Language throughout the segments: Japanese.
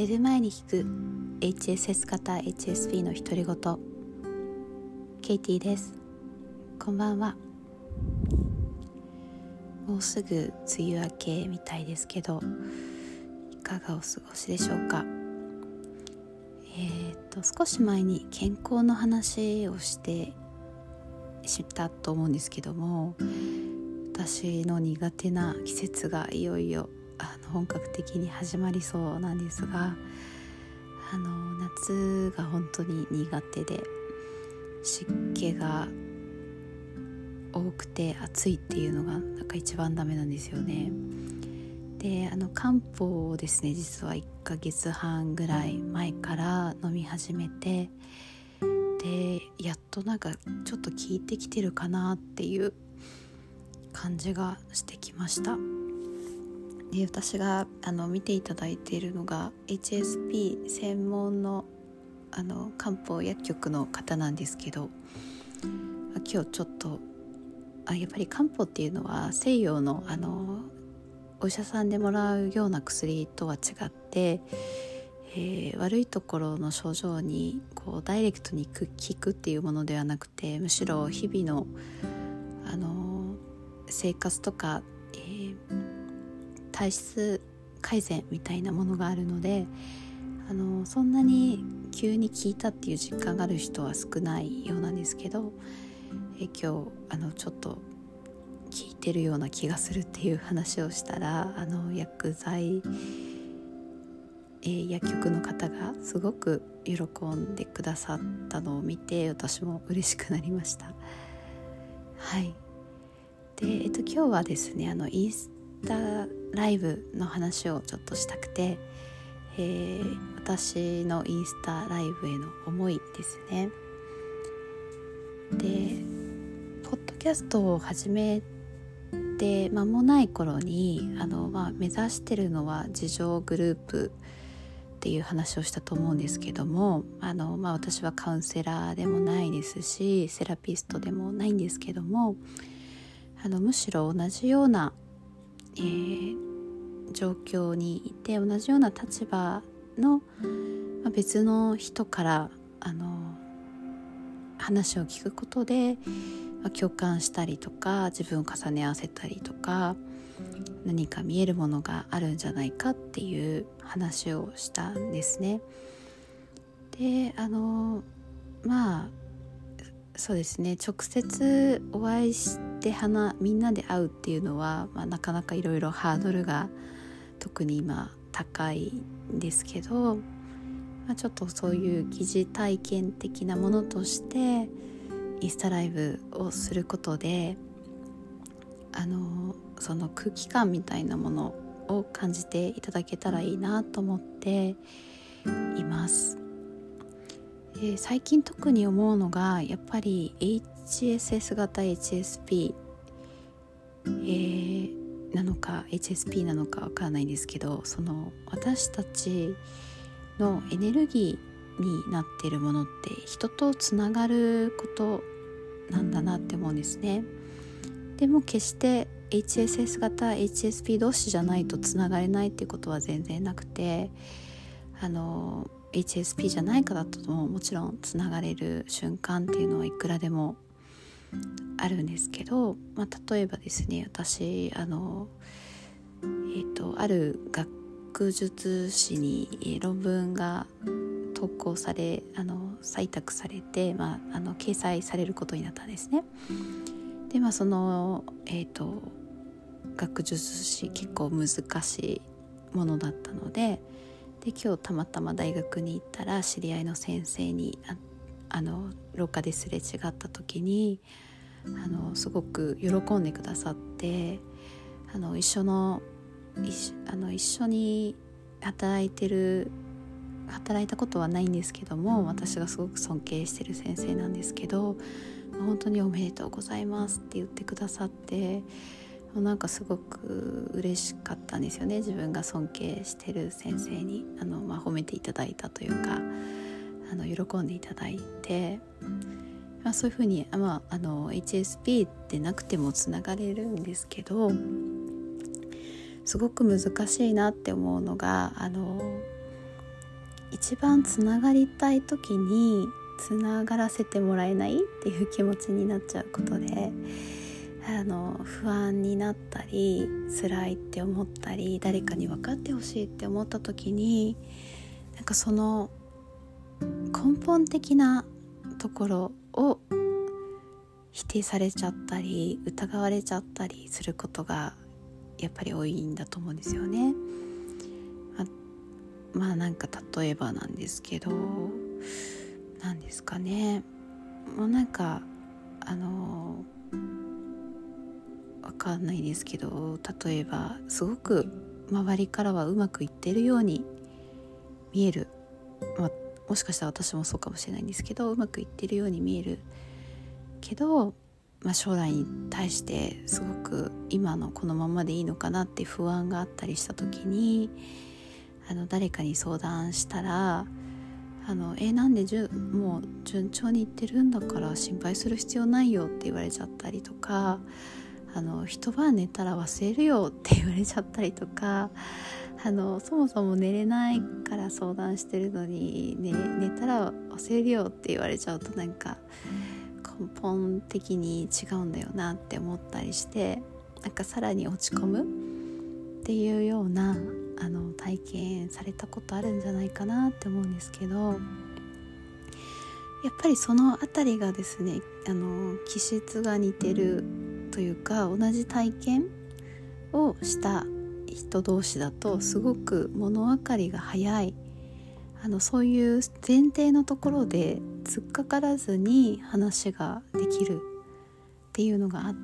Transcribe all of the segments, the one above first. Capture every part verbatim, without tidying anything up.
寝る前に聞く エイチエスエス 型 エイチエスピー の独り言、ケイティです。こんばんは。もうすぐ梅雨明けみたいですけど、いかがお過ごしでしょうか。えー、っと少し前に健康の話をしてしたと思うんですけども、私の苦手な季節がいよいよあの本格的に始まりそうなんですが、あの夏が本当に苦手で、湿気が多くて暑いっていうのがなんか一番ダメなんですよね。で、あの漢方をですね、実はいっかげつはんぐらい前から飲み始めて、でやっとなんかちょっと効いてきてるかなっていう感じがしてきました。で、私があの見ていただいているのが エイチエスピー 専門のあの漢方薬局の方なんですけど、今日ちょっとあやっぱり漢方っていうのは西洋のあのお医者さんでもらうような薬とは違って、えー、悪いところの症状にこうダイレクトに効くっていうものではなくて、むしろ日々の、あの生活とか、えー、体質改善みたいなものがあるので、あのそんなに急に効いたっていう実感がある人は少ないようなんですけど、え今日あのちょっと効いてるような気がするっていう話をしたら、あの薬剤、えー、薬局の方がすごく喜んでくださったのを見て、私も嬉しくなりました。はい。で、えっと、今日はですね、あのインスタライブの話をちょっとしたくて、えー、私のインスタライブへの思いですね。で、ポッドキャストを始めて間もない頃にあの、まあ、目指してるのは自助グループっていう話をしたと思うんですけども、あの、まあ、私はカウンセラーでもないですし、セラピストでもないんですけども、あのむしろ同じような、えー、状況にいて、同じような立場の、まあ、別の人からあの話を聞くことで、まあ、共感したりとか、自分を重ね合わせたりとか、何か見えるものがあるんじゃないかっていう話をしたんですね。で、あのまあそうですね、直接お会いして話みんなで会うっていうのは、まあ、なかなかいろいろハードルが特に今高いんですけど、まあ、ちょっとそういう疑似体験的なものとしてインスタライブをすることで、あのその空気感みたいなものを感じていただけたらいいなと思っています。えー、最近特に思うのがやっぱり エイチエスエス 型 エイチエスピー、えー、なのか エイチエスピー なのかわからないんですけど、その私たちのエネルギーになっているものって人とつながることなんだなって思うんですね。でも決して エイチエスエス 型 エイチエスピー 同士じゃないとつながれないっていうことは全然なくて、あの エイチエスピー じゃない方とももちろんつながれる瞬間っていうのはいくらでもあるんですけど、まあ、例えばですね、私あの、えーと、ある学術誌に論文が投稿され、あの採択されて、まあ、あの掲載されることになったんですね。で、まあ、その、えーと、学術誌結構難しいものだったので、で今日たまたま大学に行ったら知り合いの先生に あ, あの廊下ですれ違った時にあのすごく喜んでくださって、あの一緒の一, あの一緒に働いてる働いたことはないんですけども、私がすごく尊敬してる先生なんですけど、本当におめでとうございますって言ってくださって、なんかすごく嬉しかったんですよね。自分が尊敬してる先生にあの、まあ、褒めていただいたというか、あの喜んでいただいて、まあ、そういうふうに、まあ、あの エイチエスピー でなくてもつながれるんですけど、すごく難しいなって思うのが、あの一番つながりたい時につながらせてもらえないっていう気持ちになっちゃうことで、あの不安になったり辛いって思ったり誰かに分かってほしいって思った時に、なんかその根本的なところを否定されちゃったり疑われちゃったりすることがやっぱり多いんだと思うんですよね。ま、まあなんか例えばなんですけど、なんですかね、もうなんかあのわかんないですけど、例えばすごく周りからはうまくいってるように見える、まあ、もしかしたら私もそうかもしれないんですけど、うまくいってるように見えるけど、まあ、将来に対してすごく今のこのままでいいのかなって不安があったりした時に、あの誰かに相談したら、あのえなんでじゅもう順調にいってるんだから心配する必要ないよって言われちゃったりとか、あの一晩寝たら忘れるよって言われちゃったりとか、あのそもそも寝れないから相談してるのに、ね、寝たら忘れるよって言われちゃうとなんか根本的に違うんだよなって思ったりして、なんかさらに落ち込むっていうようなあの体験されたことあるんじゃないかなって思うんですけど、やっぱりそのあたりがですね、あの気質が似てるというか、同じ体験をした人同士だとすごく物分かりが早い、あのそういう前提のところで突っかからずに話ができるっていうのがあって、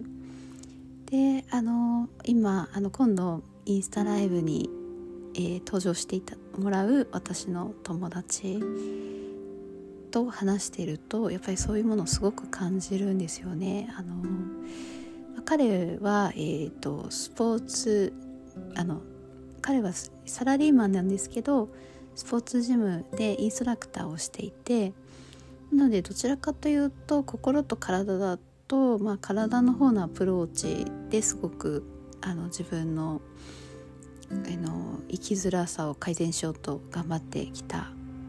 であの今あの今度インスタライブに、えー、登場していたもらう私の友達と話していると、やっぱりそういうものをすごく感じるんですよね。あの彼は、えーと、スポーツあの彼はサラリーマンなんですけど、スポーツジムでインストラクターをしていて、なのでどちらかというと心と体だと、まあ、体の方のアプローチですごくあの自分の、あの生きづらさを改善しようと頑張ってきた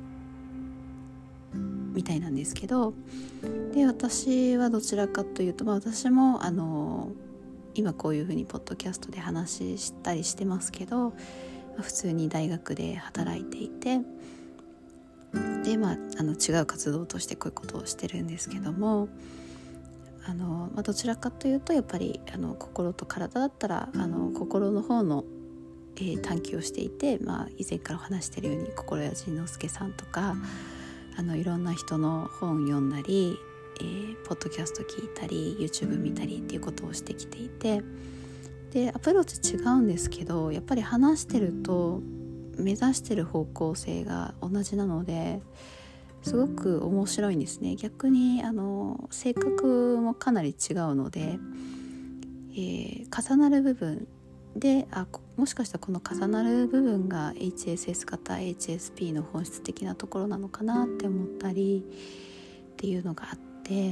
みたいなんですけど、で私はどちらかというと、まあ、私もあの今こういうふうにポッドキャストで話したりしてますけど、まあ、普通に大学で働いていて、で、まあ、あの違う活動としてこういうことをしてるんですけども、あの、まあ、どちらかというとやっぱりあの心と体だったらあの心の方の、えー、探求をしていて、まあ、以前からお話しているように心谷仁之助さんとかあのいろんな人の本読んだり、えー、ポッドキャスト聞いたり YouTube 見たりっていうことをしてきていて、でアプローチ違うんですけど、やっぱり話してると目指してる方向性が同じなのですごく面白いんですね。逆にあの性格もかなり違うので、えー、重なる部分であもしかしたらこの重なる部分が エイチエスエス 型 エイチエスピー の本質的なところなのかなって思ったりっていうのがあって、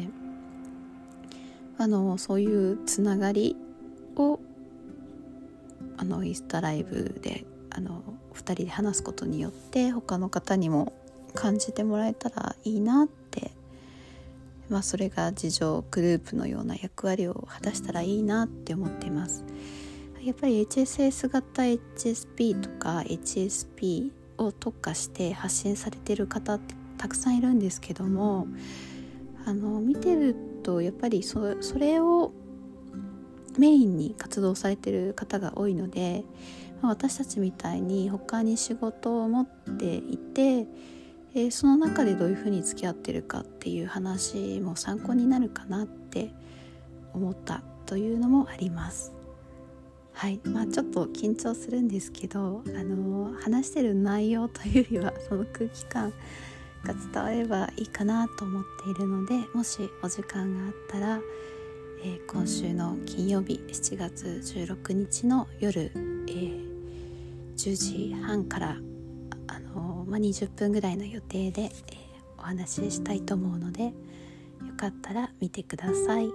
あのそういうつながりをあのインスタライブであのふたりで話すことによって他の方にも感じてもらえたらいいなって、まあ、それが自助グループのような役割を果たしたらいいなって思っています。やっぱり エイチエスエス 型 エイチエスピー とか エイチエスピー を特化して発信されている方ってたくさんいるんですけども、あの見てるとやっぱり そ, それをメインに活動されている方が多いので、まあ、私たちみたいに他に仕事を持っていて、えー、その中でどういうふうに付き合ってるかっていう話も参考になるかなって思ったというのもあります。はい、まあちょっと緊張するんですけど、あの話してる内容というよりはその空気感が伝わればいいかなと思っているので、もしお時間があったら、えー、今週の金曜日しちがつじゅうろくにちの夜、えー、じゅうじはんからあの、まあ、にじゅっぷんぐらいの予定で、えー、お話ししたいと思うので、よかったら見てください。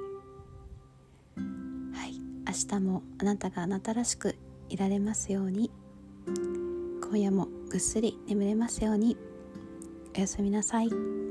明日もあなたがあなたらしくいられますように。今夜もぐっすり眠れますように。おやすみなさい。